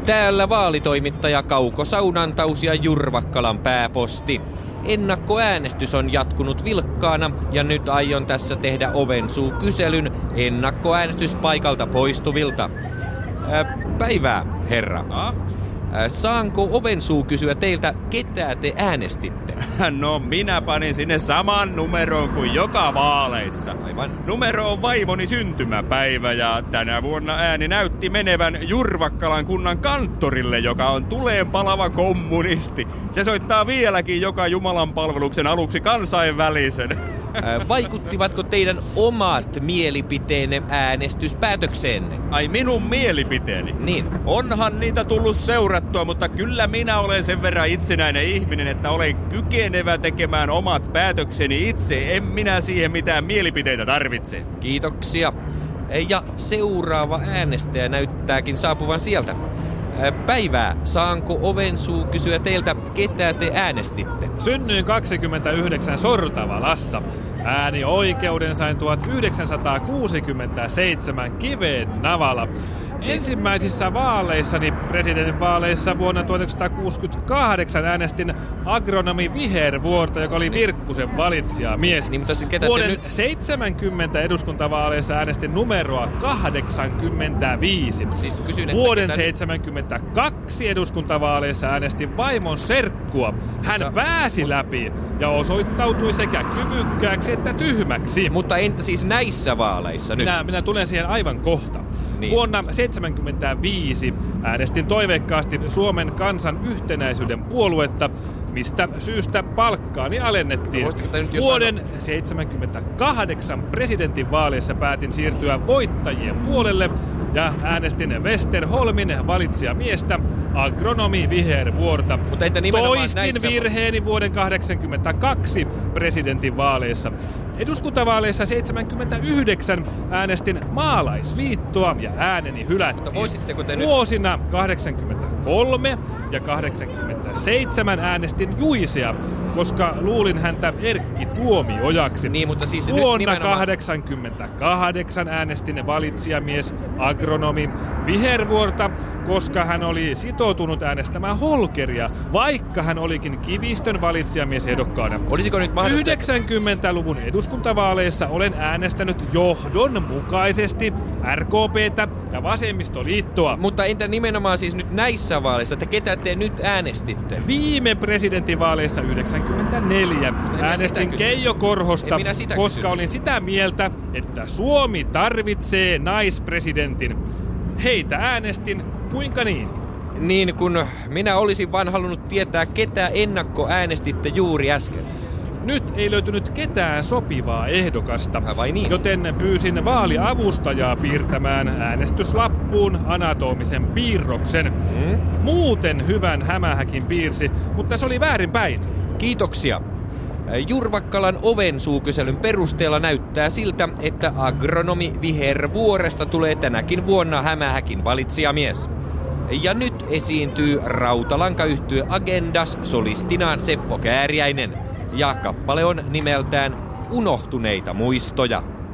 Täällä vaalitoimittaja Kauko Saunantaus ja Jurvakkalan pääposti. Ennakkoäänestys on jatkunut vilkkaana ja nyt aion tässä tehdä ovensuukyselyn ennakkoäänestyspaikalta poistuvilta. Päivää, herra. Saanko ovensuu kysyä teiltä, ketä te äänestitte? No, minä panin sinne saman numeroon kuin joka vaaleissa. Aivan. Numero on vaimoni syntymäpäivä ja tänä vuonna ääni näytti menevän Jurvakkalan kunnan kanttorille, joka on tuleenpalava kommunisti. Se soittaa vieläkin joka Jumalan palveluksen aluksi kansainvälisen. Vaikuttivatko teidän omat mielipiteenne äänestyspäätökseenne? Ai, minun mielipiteeni? Niin. Onhan niitä tullut seurattua, mutta kyllä minä olen sen verran itsenäinen ihminen, että olen kykenevä tekemään omat päätökseni itse. En minä siihen mitään mielipiteitä tarvitse. Kiitoksia. Ja seuraava äänestäjä näyttääkin saapuvan sieltä. Päivää, saanko ovensuu kysyä teiltä, ketä te äänestitte? Synnyin 29 Sortavalassa. Äänioikeuden sain 1967 Kivennavalla. Ensimmäisissä vaaleissani presidentinvaaleissa vuonna 1968 äänestin agronomi Vihervuorta, joka oli Virkkusen valitsijamies. Niin, mutta siis ketä vuoden te nyt... 70 eduskuntavaaleissa äänestin numeroa 85. Siis kysyn, vuoden 72 eduskuntavaaleissa äänestin vaimon serkkua. Hän pääsi läpi ja osoittautui sekä kyvykkääksi että tyhmäksi. Mutta entä siis näissä vaaleissa nyt? Minä tulen siihen aivan kohta. Niin. Vuonna 1975 äänestin toiveikkaasti Suomen kansan yhtenäisyyden puoluetta, mistä syystä palkkaani alennettiin. Vuoden 1978 presidentinvaaleissa päätin siirtyä voittajien puolelle ja äänestin Westerholmin valitsijamiestä, agronomi Vihervuorta. Toistin virheeni vuoden 1982 presidentinvaaleissa. Eduskuntavaaleissa 79 äänestin Maalaisliittoa ja ääneni hylättiin. Vuosina 83 ja 87 äänestin Juisea, koska luulin häntä Erkki Tuomiojaksi. Niin, mutta siis vuonna 88 äänestin valitsijamies agronomi Vihervuorta, koska hän oli sitoutunut äänestämään Holkeria, vaikka hän olikin Kivistön valitsijamies ehdokkaana. Olisiko nyt mahdollista... 90-luvun eduskuntavaaleissa olen äänestänyt johdonmukaisesti RKP:tä ja Vasemmistoliittoa. Mutta entä nimenomaan siis nyt näissä vaaleissa, että ketä te nyt äänestitte? Viime presidentinvaaleissa 94 äänestin Keijo Korhosta, koska olin sitä mieltä, että Suomi tarvitsee naispresidentin. Heitä äänestin, kuinka niin? Niin, kun minä olisin vaan halunnut tietää, ketä ennakkoäänestitte juuri äsken. Nyt ei löytynyt ketään sopivaa ehdokasta, niin? Joten pyysin vaaliavustajaa piirtämään äänestyslappuun anatomisen piirroksen. Muuten hyvän hämähäkin piirsi, mutta se oli väärinpäin. Kiitoksia. Jurvakkalan ovensuukyselyn perusteella näyttää siltä, että agronomi Vihervuoresta tulee tänäkin vuonna hämähäkin valitsijamies. Ja nyt esiintyy rautalankayhtye Agendas solistinaan Seppo Kääriäinen. Ja kappale on nimeltään Unohtuneita muistoja.